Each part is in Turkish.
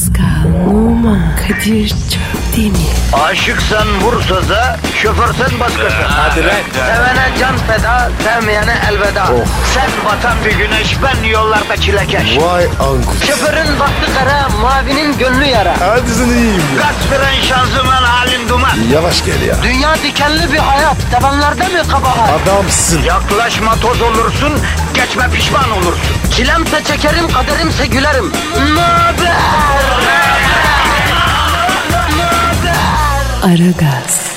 Pascal, Oman, Kadir çok değil mi? Aşıksan vursa da, şoförsen başkasın. Hadi lan. Sevene can feda, sevmeyene elveda. Sen batan bir güneş, ben yollarda çilekeş. Vay anku. Şoförün baktı kara, mavinin gönlü yara. Hadi sen iyiyim ya. Kasperen şanzıman halin duman. Yavaş gel ya. Dünya dikenli bir hayat, sevenlerde mi kabahar? Adamsın. Yaklaşma toz olursun, geçme pişman olursun. Çilemse çekerim, kaderimse gülerim. Möber! Aragaz.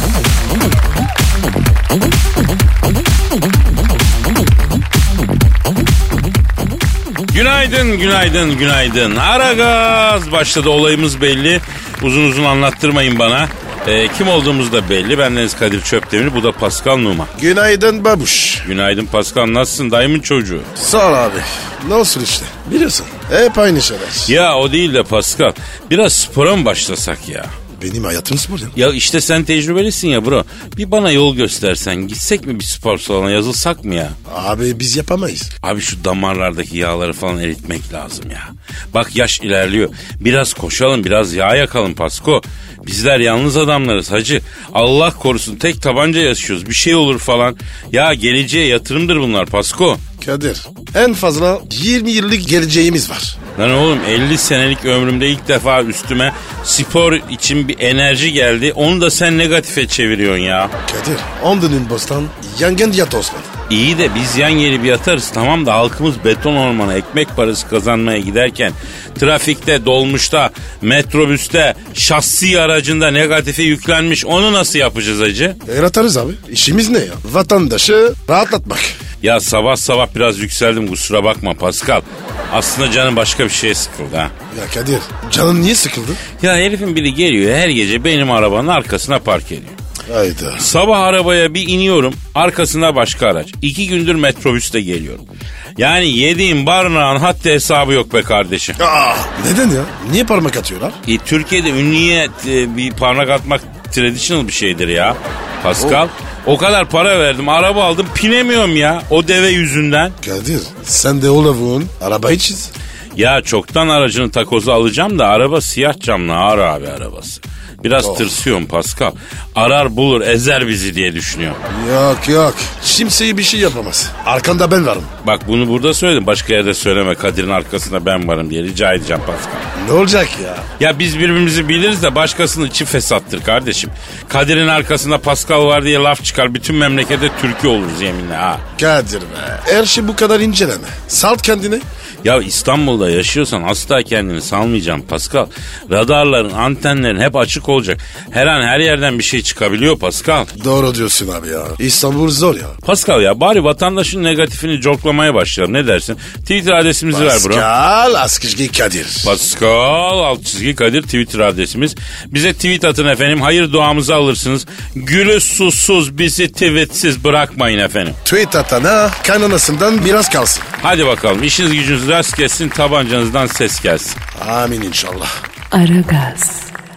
Günaydın, günaydın, günaydın. Aragaz başladı, olayımız belli. Uzun uzun anlattırmayın bana. Kim olduğumuz da belli. Bendeniz Kadir Çöptemir, bu da Pascal Numa. Günaydın babuş. Günaydın Pascal, nasılsın? Dayımın çocuğu. Sağ ol abi. Ne olsun işte. Biliyorsun hep aynı şeyler. Ya o değil de Pascal, biraz spora mı başlasak ya? Benim hayatım spor ya. Ya işte sen tecrübelisin ya bro. Bir bana yol göstersen, gitsek mi bir spor salonuna, yazılsak mı ya? Abi biz yapamayız. Abi şu damarlardaki yağları falan eritmek lazım ya. Bak yaş ilerliyor. Biraz koşalım, biraz yağ yakalım Pasko. Bizler yalnız adamlarız hacı. Allah korusun, tek tabanca yaşıyoruz. Bir şey olur falan. Ya geleceğe yatırımdır bunlar Pasko. Kadir en fazla 20 yıllık geleceğimiz var. Lan oğlum, 50 senelik ömrümde ilk defa üstüme spor için bir enerji geldi. Onu da sen negatife çeviriyorsun ya. Kadir ondunun bostan yangın yat Osman. İyi de biz yan yeri bir yatarız, tamam da halkımız beton ormana ekmek parası kazanmaya giderken trafikte, dolmuşta, metrobüste, şahsi aracında negatife yüklenmiş, onu nasıl yapacağız hacı? Yaratarız abi. İşimiz ne ya? Vatandaşı rahatlatmak. Ya sabah sabah biraz yükseldim, kusura bakma Pascal. Aslında canım başka bir şeye sıkıldı ha. Ya Kadir canın niye sıkıldı? Ya herifin biri geliyor her gece benim arabanın arkasına park ediyor. Hayda. Sabah arabaya bir iniyorum, arkasında başka araç. 2 gündür metrobüste geliyorum. Yani yediğim barınağın haddi hesabı yok be kardeşim. Neden ya? Niye parmak atıyorlar? Türkiye'de ünlüye bir parmak atmak traditional bir şeydir ya Pascal. O kadar para verdim, araba aldım, pinemiyorum ya o deve yüzünden. Kadir sen de o lavuğun arabayı çiz. Ya çoktan aracının takozu alacağım da araba siyah camlı, ağır abi arabası. Biraz tırsıyorum Pascal. Arar bulur ezer bizi diye düşünüyorum. Yok. Kimseye bir şey yapamaz. Arkanda ben varım. Bak bunu burada söyledim, başka yerde söyleme, Kadir'in arkasında ben varım diye rica edeceğim Pascal. Ne olacak ya? Ya biz birbirimizi biliriz de başkasının içi fesattır kardeşim. Kadir'in arkasında Pascal var diye laf çıkar, bütün memlekete Türkiye oluruz yeminle ha. Kadir be. Her şey bu kadar inceleme. Salt kendini. Ya İstanbul'da yaşıyorsan asla kendini salmayacaksın Pascal. Radarların, antenlerin hep açık olacak. Her an her yerden bir şey çıkabiliyor Pascal. Doğru diyorsun abi ya. İstanbul zor ya. Pascal ya bari vatandaşın negatifini corklamaya başlayalım, ne dersin? Twitter adresimizi ver bro. Pascal Askışgi Kadir. Pascal _ Kadir Twitter adresimiz. Bize tweet atın efendim, hayır duamızı alırsınız. Gülü susuz bizi tweetsiz bırakmayın efendim. Tweet atana kaynanasından biraz kalsın. Hadi bakalım, işiniz gücünüz rast gelsin, tabancanızdan ses gelsin. Amin inşallah. Aragaz.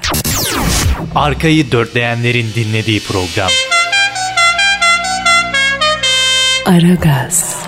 Arkayı dörtleyenlerin dinlediği program. Aragaz.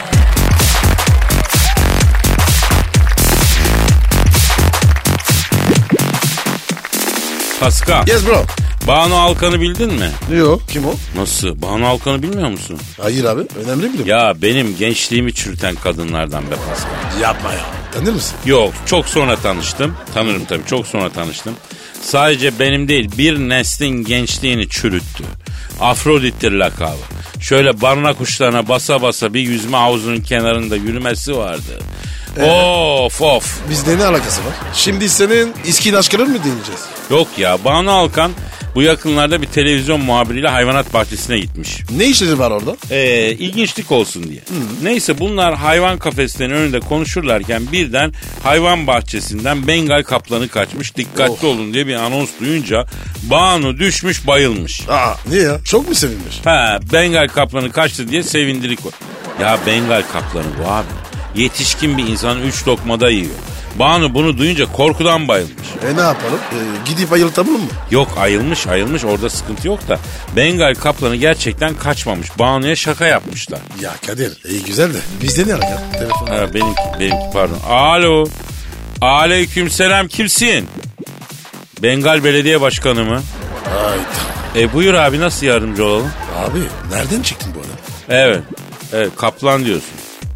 Pascal, Yes bro. Banu Alkan'ı bildin mi? Yok. Kim o? Nasıl? Banu Alkan'ı bilmiyor musun? Hayır abi. Önemli mi? Ya benim gençliğimi çürüten kadınlardan be Pascal. Yapma ya. Tanır mısın? Yok, çok sonra tanıştım. Tanırım tabii, çok sonra tanıştım. Sadece benim değil, bir neslin gençliğini çürüttü. Afrodit'tir lakabı. Şöyle barına kuşlarına basa basa bir yüzme havuzunun kenarında yürümesi vardı. Of. Bizde ne alakası var? Şimdi senin iskin aşkını mı dinleyeceğiz? Yok ya, Banu Alkan bu yakınlarda bir televizyon muhabiriyle hayvanat bahçesine gitmiş. Ne işleri var orada? İlginçlik olsun diye. Neyse bunlar hayvan kafeslerinin önünde konuşurlarken birden hayvan bahçesinden Bengal kaplanı kaçmış. Dikkatli olun diye bir anons duyunca Banu düşmüş bayılmış. Niye ya? Çok mu sevinmiş? Bengal kaplanı kaçtı diye sevindirik o. Ya Bengal kaplanı bu abi. Yetişkin bir insanın 3 lokmada yiyor. Banu bunu duyunca korkudan bayılmış. Ne yapalım? Gidip ayıltalım mı? Yok, ayılmış orada sıkıntı yok da Bengal kaplanı gerçekten kaçmamış. Banu'ya şaka yapmışlar. Ya Kadir güzel de bizde ne alaka? Telefon. Benimki pardon. Alo. Aleykümselam, kimsin? Bengal Belediye Başkanı mı? Hayda. Buyur abi, nasıl yardımcı olalım? Abi nereden çıktın bu adam? Evet. Evet, kaplan diyorsun.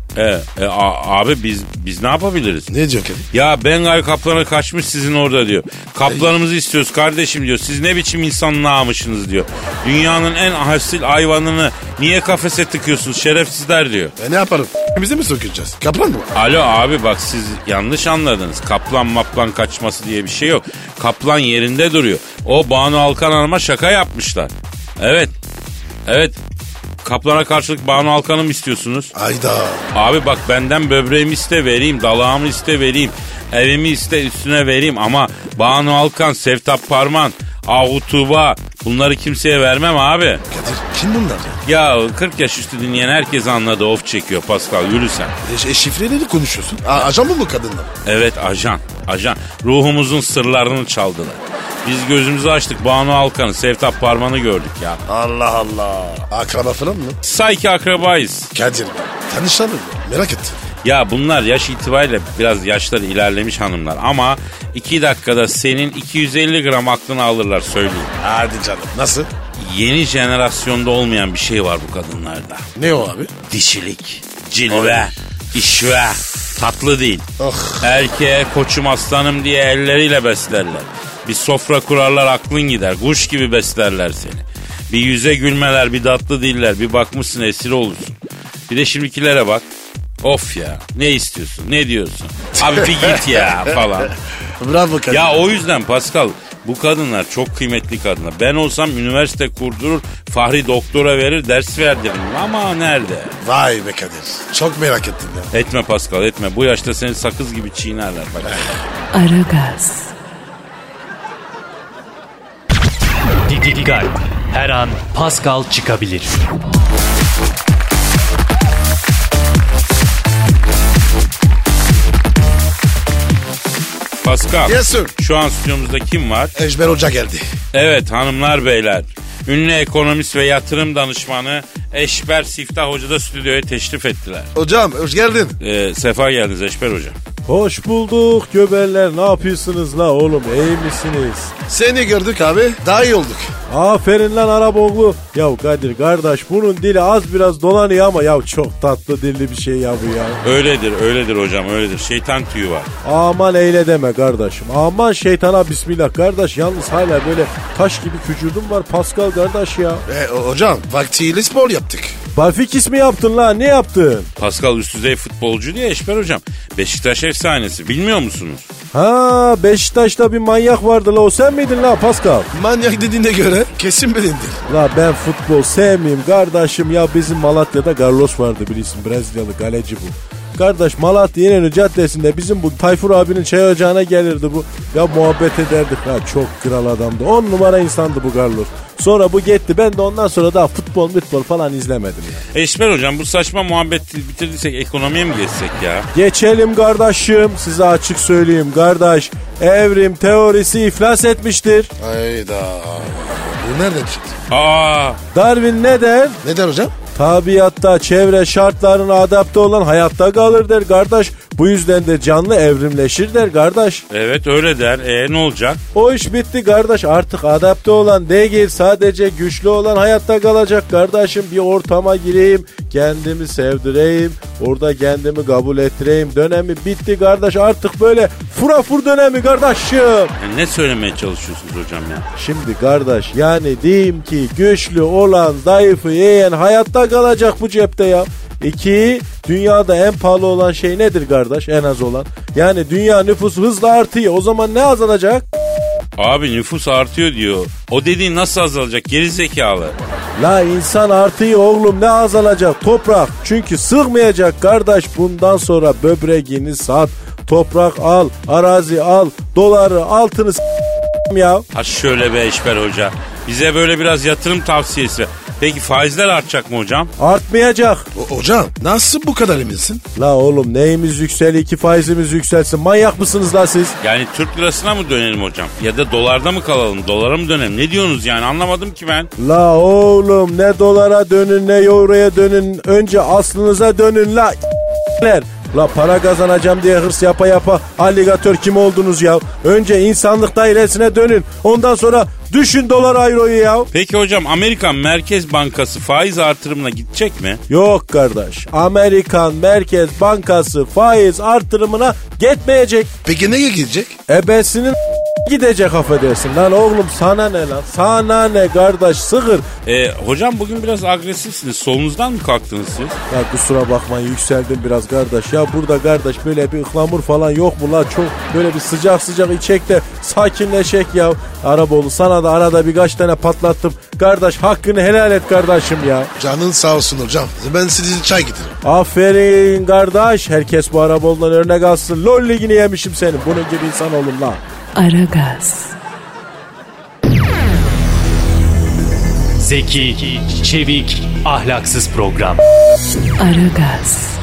Abi biz ne yapabiliriz? Ne diyor Kadir? Ya Bengal kaplanı kaçmış sizin orada diyor. Kaplanımızı istiyoruz kardeşim diyor. Siz ne biçim insanlığımışsınız diyor. Dünyanın en asil hayvanını niye kafese tıkıyorsunuz şerefsizler diyor. Ne yapalım? Bizi mi sökeceğiz? Kaplan mı? Alo abi, bak siz yanlış anladınız. Kaplan maplan kaçması diye bir şey yok. Kaplan yerinde duruyor. O Banu Alkan Hanım'a şaka yapmışlar. Evet. Kaplana karşılık Banu Alkan'ı mı istiyorsunuz? Hayda. Abi bak, benden böbreğimi iste vereyim, dalağımı iste vereyim, evimi iste üstüne vereyim ama Banu Alkan, Sevtap Parman, Ahu Tuğba, bunları kimseye vermem abi. Kadir kim bunlar ya? Ya 40 yaş üstü dinleyen herkes anladı, of çekiyor Pascal, yürü sen. Şifreleri konuşuyorsun. Ajan mı bu kadınlar? Evet, ajan. Ruhumuzun sırlarını çaldılar. Biz gözümüzü açtık, Banu Alkan'ı, Sevtap Parman'ı gördük ya. Allah Allah. Akraba falan mı? Sanki akrabayız. Kadir tanışalım mı? Merak ettim. Ya bunlar yaş itibariyle biraz yaşları ilerlemiş hanımlar ama 2 dakikada senin 250 gram aklını alırlar, söyleyeyim. Hadi canım. Nasıl? Yeni jenerasyonda olmayan bir şey var bu kadınlarda. Ne o abi? Dişilik, cilve, işve, tatlı değil. Oh. Erkeğe koçum aslanım diye elleriyle beslerler. Bir sofra kurarlar, aklın gider. Kuş gibi beslerler seni. Bir yüze gülmeler, bir tatlı diller. Bir bakmışsın esir olursun. Bir de şimdikilere bak. Of ya, ne istiyorsun, ne diyorsun? Abi bir git ya falan. Bravo Kadir. Ya o yüzden Pascal, bu kadınlar çok kıymetli kadınlar. Ben olsam üniversite kurdurur, Fahri doktora verir, ders verdiririm ama nerede? Vay be Kadir. Çok merak ettim ya. Etme Pascal, etme. Bu yaşta seni sakız gibi çiğnerler. Bak. Aragaz. Dikkat. Her an Pascal çıkabilir. Pascal, Yes sir. şu an stüdyomuzda kim var? Ejber Hoca geldi. Evet hanımlar beyler. Ünlü ekonomist ve yatırım danışmanı Eşber Siftah Hoca da stüdyoya teşrif ettiler. Hocam hoş geldin. Sefa geldiniz Eşber Hoca. Hoş bulduk göberler, ne yapıyorsunuz la oğlum, iyi misiniz? Seni gördük abi, daha iyi olduk. Aferin lan Araboğlu. Ya Kadir kardeş, bunun dili az biraz dolanıyor ama ya çok tatlı dilli bir şey ya bu ya. Öyledir hocam, öyledir. Şeytan tüyü var. Aman eyle deme kardeşim. Aman şeytana bismillah kardeş. Yalnız hala böyle taş gibi vücudum var Pascal kardeş ya. Hocam vaktiyle spor yaptık. Barfikis mi yaptın la, ne yaptın? Pascal üst düzey futbolcu diye Eşber hocam. Beşiktaş efsanesi, bilmiyor musunuz? Ha, Beşiktaş'ta bir manyak vardı la, o sen miydin la Pascal? Manyak dediğine göre kesin bilindir. La ben futbol sevmeyeyim kardeşim ya, bizim Malatya'da Carlos vardı bilirsin, Brezilyalı kaleci bu. Kardeş Malatya İnönü Caddesi'nde bizim bu Tayfur abinin çay ocağına gelirdi bu. Ya muhabbet ederdik ha, çok kral adamdı. 10 numara insandı bu Carlos. Sonra bu gitti, ben de ondan sonra daha futbol falan izlemedim ya. Eşber hocam, bu saçma muhabbeti bitirdiysek ekonomiye mi geçsek ya? Geçelim kardeşim, size açık söyleyeyim kardeş. Evrim teorisi iflas etmiştir. Hayda. Bu nereden çıktı? Darwin ne der? Ne der hocam? Tabiatta çevre şartlarına adapte olan hayatta kalır der kardeş. Bu yüzden de canlı evrimleşir der kardeş. Evet öyle der. Ne olacak? O iş bitti kardeş, artık adapte olan değil, sadece güçlü olan hayatta kalacak kardeşim. Bir ortama gireyim, kendimi sevdireyim, orada kendimi kabul ettireyim dönemi bitti kardeş, artık böyle furafur dönemi kardeşim. Yani ne söylemeye çalışıyorsunuz hocam ya? Şimdi kardeş yani diyeyim ki güçlü olan zayıfı yiyen hayatta kalacak bu cepte ya. 2. Dünyada en pahalı olan şey nedir kardeş? En az olan. Yani dünya nüfusu hızla artıyor. O zaman ne azalacak? Abi nüfus artıyor diyor. O dediğin nasıl azalacak? Geri zekalı. La insan artıyor oğlum, ne azalacak? Toprak. Çünkü sığmayacak kardeş. Bundan sonra böbreğini sat. Toprak al, arazi al, doları, altını ya. Ha şöyle be Eşber Hoca. Bize böyle biraz yatırım tavsiyesi. Peki faizler artacak mı hocam? Artmayacak. Hocam nasıl bu kadar eminsin? La oğlum neyimiz yükseliyor ki faizimiz yükselsin? Manyak mısınız la siz? Yani Türk lirasına mı dönelim hocam? Ya da dolarda mı kalalım? Dolara mı dönelim? Ne diyorsunuz yani? Anlamadım ki ben. La oğlum ne dolara dönün ne euroya dönün. Önce aslınıza dönün la. La para kazanacağım diye hırs yapa yapa alligatör kim oldunuz ya? Önce insanlık dairesine dönün. Ondan sonra düşün dolar euroyu ya. Peki hocam Amerikan Merkez Bankası faiz artırımına gidecek mi? Yok kardeş. Amerikan Merkez Bankası faiz artırımına gitmeyecek. Peki neye gidecek? Ebesinin gidecek affedersin. Lan oğlum sana ne lan? Sana ne kardeş sığır. Hocam bugün biraz agresifsiniz. Solunuzdan mı kalktınız siz? Ya kusura bakmayın yükseldim biraz kardeş. Ya burada kardeş böyle bir ıhlamur falan yok mu la? Çok böyle bir sıcak sıcak içek de sakinleşek ya. Araboğlu sana da arada birkaç tane patlattım. Kardeş hakkını helal et kardeşim ya. Canın sağ olsun hocam. Ben size çay getiririm. Aferin kardeş. Herkes bu Araboğlu'ndan örnek alsın. LOL ligini yemişim senin. Bunun gibi insan olun la. Aragaz, Zeki, çevik, ahlaksız program. Aragaz,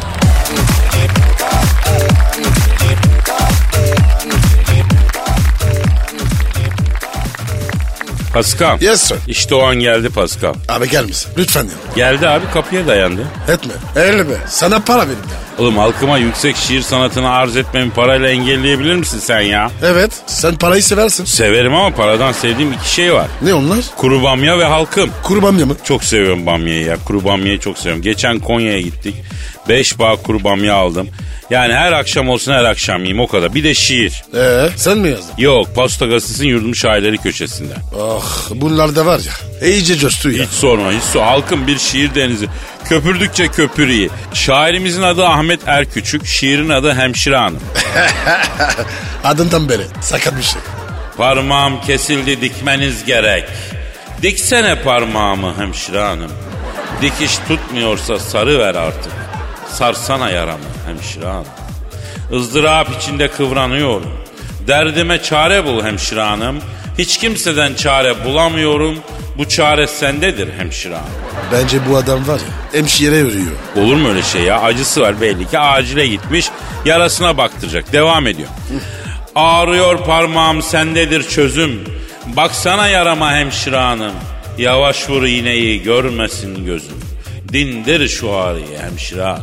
Pascal. Yes sir. İşte o an geldi Pascal. Abi gel misin? Lütfen ya. Geldi abi kapıya dayandı. Etme. Elme. Sana para verin ya. Oğlum halkıma yüksek şiir sanatını arz etmemi parayla engelleyebilir misin sen ya? Evet. Sen parayı seversin. Severim ama paradan sevdiğim iki şey var. Ne onlar? Kuru bamya ve halkım. Kuru bamya mı? Çok seviyorum bamyayı ya. Kuru bamyayı çok seviyorum. Geçen Konya'ya gittik. 5 bağ kuru bamya aldım. Yani her akşam olsun her akşam yiyeyim o kadar. Bir de şiir. Sen mi yazdın? Yok Posta Gazetesi'nin yurdum şairleri köşesinden. Ah bunlar da var ya. İyice coştu ya. Hiç sorma hiç sorma. Halkın bir şiir denizi. Köpürdükçe köpürüğü. Şairimizin adı Ahmet Erküçük. Şiirin adı Hemşire Hanım. Adından beri. Sakat bir şey. Parmağım kesildi dikmeniz gerek. Diksene parmağımı hemşire hanım. Dikiş tutmuyorsa sarı ver artık. Sarsana yaramı hemşire hanım. Izdırap içinde kıvranıyorum. Derdime çare bul hemşire hanım. Hiç kimseden çare bulamıyorum. Bu çare sendedir hemşire hanım. Bence bu adam var ya hemşire örüyor. Olur mu öyle şey ya? Acısı var belli ki acile gitmiş. Yarasına baktıracak. Devam ediyor. Ağrıyor parmağım sendedir çözüm. Baksana yarama hemşire hanım. Yavaş vur iğneyi görmesin gözüm. Dindir şu ağrıyı hemşire hanım.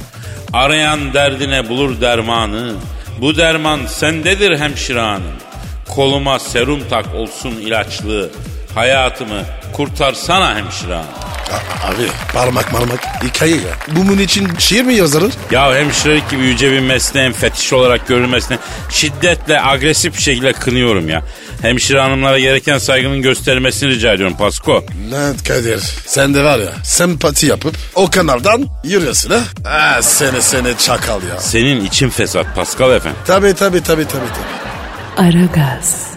Arayan derdine bulur dermanı. Bu derman sendedir hemşire hanım. Koluma serum tak olsun ilaçlı. Hayatımı kurtarsana hemşire hanım. Abi parmak hikaye ya. Bunun için şiir mi yazılır? Ya hemşirelik gibi yüce bir mesleğin fetiş olarak görülmesine şiddetle agresif bir şekilde kınıyorum ya. Hemşire hanımlara gereken saygının gösterilmesini rica ediyorum Pasko. Lan Kadir sen de var ya sempati yapıp o kanaldan yürüyorsun ha. Seni çakal ya. Senin için fesat Pascal efendim. Tabii. Aragaz,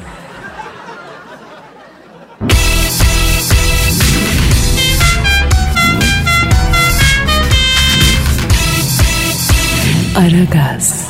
Aragaz,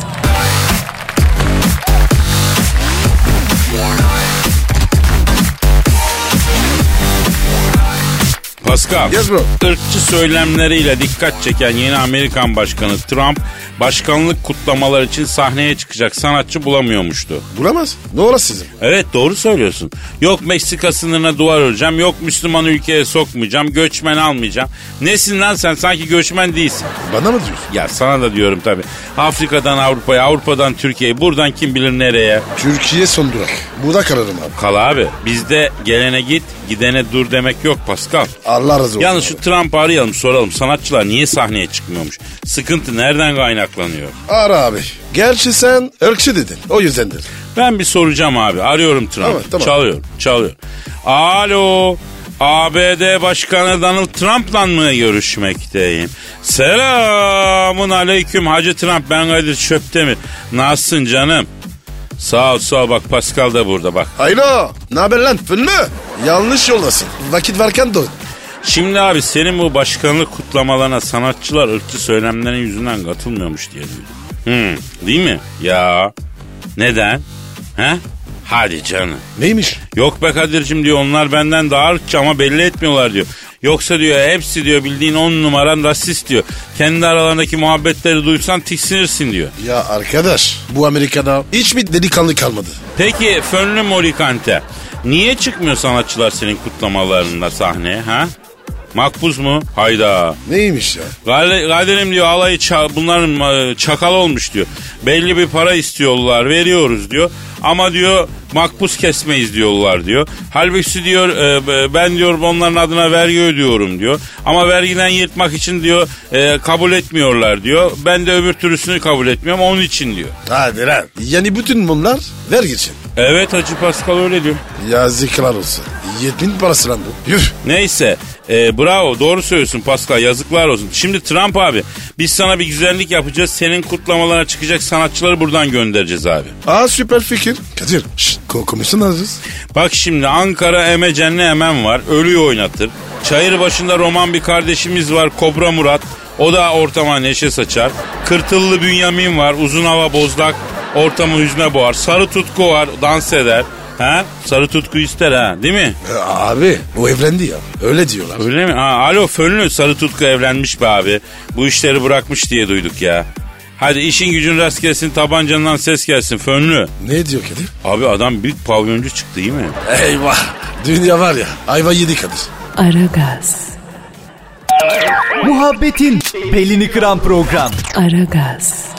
Pascal, Yes bro. ırkçı söylemleriyle dikkat çeken yeni Amerikan Başkanı Trump başkanlık kutlamalar için sahneye çıkacak sanatçı bulamıyormuştu. Bulamaz. Ne orası sizin? Evet doğru söylüyorsun. Yok Meksika sınırına duvar öreceğim, yok Müslüman ülkeye sokmayacağım, göçmen almayacağım. Nesin lan sen, sanki göçmen değilsin. Bana mı diyorsun? Ya sana da diyorum tabii. Afrika'dan Avrupa'ya, Avrupa'dan Türkiye'ye, buradan kim bilir nereye. Türkiye son durak. Burada kalırım abi. Kal abi. Bizde gelene git, gidene dur demek yok Pascal. Allah razı olsun. Yalnız şu Trump'ı arayalım soralım. Sanatçılar niye sahneye çıkmıyormuş? Sıkıntı nereden kaynaklanıyor? Ara abi. Gerçi sen ırkçı dedin. O yüzdendir. Ben bir soracağım abi. Arıyorum Trump'ı. Tamam. Çalıyor. Alo. ABD Başkanı Donald Trump'la mı görüşmekteyim? Selamun aleyküm Hacı Trump, ben Kadir Çöptemir. Nasılsın canım? Sağ ol bak Pascal da burada bak. Haylo. Ne haber lan fınlı? Yanlış yoldasın. Vakit varken dön. Şimdi abi senin bu başkanlık kutlamalarına sanatçılar ırkçı söylemlerin yüzünden katılmıyormuş diye duydum. Değil mi? Ya neden? He? Hadi canım. Neymiş? Yok be Kadir'cim diyor, onlar benden daha ırkçı ama belli etmiyorlar diyor. Yoksa diyor hepsi diyor bildiğin 10 numaran rasist diyor. Kendi aralarındaki muhabbetleri duysan tiksinirsin diyor. Ya arkadaş bu Amerika'da hiçbir delikanlı kalmadı. Peki Fönlü Morikante, niye çıkmıyor sanatçılar senin kutlamalarında sahneye ha? Makbuz mu? Hayda. Neymiş ya? Kadir'im diyor alayı bunların çakal olmuş diyor. Belli bir para istiyorlar, veriyoruz diyor. Ama diyor makbuz kesmeyiz diyorlar diyor. Halbuki diyor ben diyor onların adına vergi ödüyorum diyor. Ama vergiden yırtmak için diyor kabul etmiyorlar diyor. Ben de öbür türlüsünü kabul etmiyorum onun için diyor. Hadi lan. Yani bütün bunlar vergi için. Evet Hacı Pascal öyle diyor. Yazıklar olsun. 7000 parası lan bu. Yürü. Neyse bravo doğru söylüyorsun Pascal yazıklar olsun. Şimdi Trump abi biz sana bir güzellik yapacağız. Senin kutlamalara çıkacak sanatçıları buradan göndereceğiz abi. Aa süper fikir. Kadir komisyon alacağız. Bak şimdi Ankara Emecenli Emen var. Ölüyü oynatır. Çayır başında roman bir kardeşimiz var Kobra Murat. O da ortama neşe saçar. Kırtıllı Bünyamin var. Uzun hava bozlak. Ortamı hüzne boğar. Sarı Tutku var. Dans eder. Ha? Sarı Tutku ister ha değil mi? Abi o evlendi ya. Öyle diyorlar. Öyle mi? Ha, alo Fönlü Sarı Tutku evlenmiş be abi. Bu işleri bırakmış diye duyduk ya. Hadi işin gücün rast gelsin tabancandan ses gelsin Fönlü. Ne diyor Kadir? Abi adam büyük pavyoncu çıktı değil mi? Eyvah. Dünya var ya ayva yedi Kadir. Aragaz, Muhabbetin belini kıran program. Aragaz,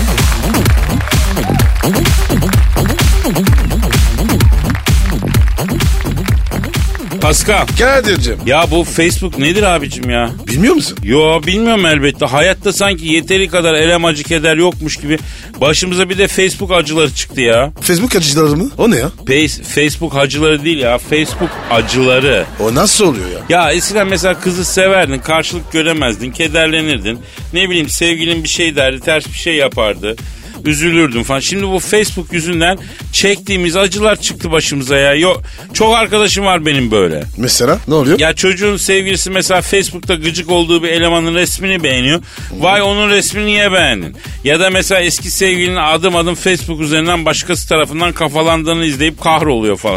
Pascal. Kadir'cim. Ya bu Facebook nedir abicim ya? Bilmiyor musun? Yo bilmiyorum elbette. Hayatta sanki yeteri kadar elem acı keder yokmuş gibi. Başımıza bir de Facebook acıları çıktı ya. Facebook acıları mı? O ne ya? Facebook acıları değil ya. Facebook acıları. O nasıl oluyor ya? Ya eskiden mesela kızı severdin, karşılık göremezdin, kederlenirdin. Ne bileyim sevgilin bir şey derdi, ters bir şey yapardı. Üzülürdüm falan. Şimdi bu Facebook yüzünden çektiğimiz acılar çıktı başımıza ya. Çok arkadaşım var benim böyle. Mesela ne oluyor? Ya çocuğun sevgilisi mesela Facebook'ta gıcık olduğu bir elemanın resmini beğeniyor. Vay onun resmini niye beğendin? Ya da mesela eski sevgilinin adım adım Facebook üzerinden başkası tarafından kafalandığını izleyip kahroluyor falan.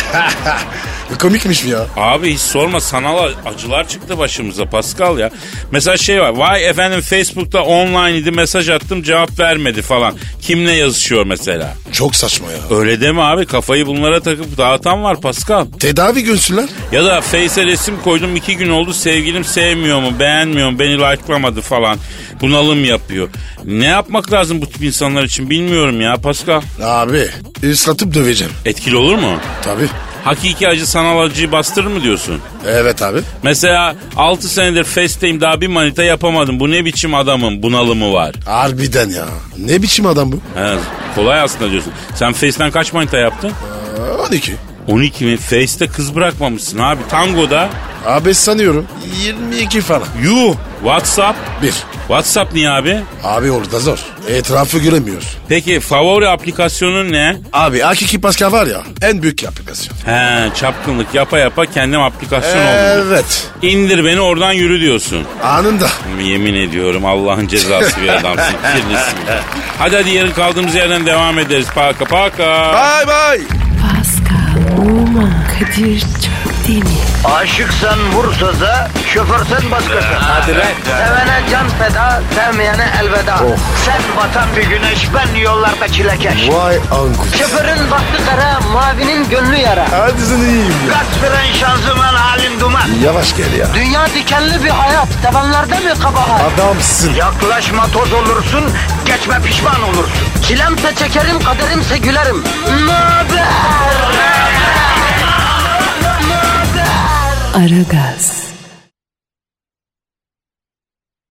Komikmiş mi ya? Abi hiç sorma sanal acılar çıktı başımıza Pascal ya. Mesela şey var. Vay efendim Facebook'ta online idi mesaj attım cevap vermedi falan. Kimle yazışıyor mesela? Çok saçma ya. Öyle deme abi kafayı bunlara takıp dağıtan var Pascal. Tedavi görsünler. Ya da Face'e resim koydum 2 gün oldu sevgilim sevmiyor mu beğenmiyor mu beni like'lamadı falan. Bunalım yapıyor. Ne yapmak lazım bu tip insanlar için bilmiyorum ya Pascal. Abi ıslatıp döveceğim. Etkili olur mu? Tabii. Hakiki acı sanal acıyı bastırır mı diyorsun? Evet abi. Mesela 6 senedir Face'teyim daha bir manita yapamadım. Bu ne biçim adamın bunalımı var? Harbiden ya. Ne biçim adam bu? He, kolay aslında diyorsun. Sen Face'ten kaç manita yaptın? 12. 12 mi? Face'te kız bırakmamışsın abi. Tango'da? Abi sanıyorum 22 falan. Yuh. WhatsApp? 1. WhatsApp niye abi? Abi orada zor. Etrafı göremiyor. Peki favori aplikasyonun ne? Abi Hakiki Pascal var ya en büyük aplikasyon. He çapkınlık yapa yapa kendim aplikasyon oldum. Evet. İndir beni oradan yürü diyorsun. Anında. Yemin ediyorum Allah'ın cezası bir adamsın. Kirlisin. Hadi yarın kaldığımız yerden devam ederiz. Paka paka. Bye bye. Pascal, Oman, Kadir çok değil mi? Aşıksan vursa da şoförsen başkasın. Hadi lan. Sevene can feda, sevmeyene elveda. Sen batan bir güneş, ben yollarda çilekeş. Vay anku. Şoförün baktı kara, mavinin gönlü yara. Hadi sen iyiyim ya. Kasperen şanzıman halin duman. Yavaş gel ya. Dünya dikenli bir hayat, sevenlerde mi kabahar? Adamsın. Yaklaşma toz olursun, geçme pişman olursun. Çilemse çekerim, kaderimse gülerim. Möber! Aragaz.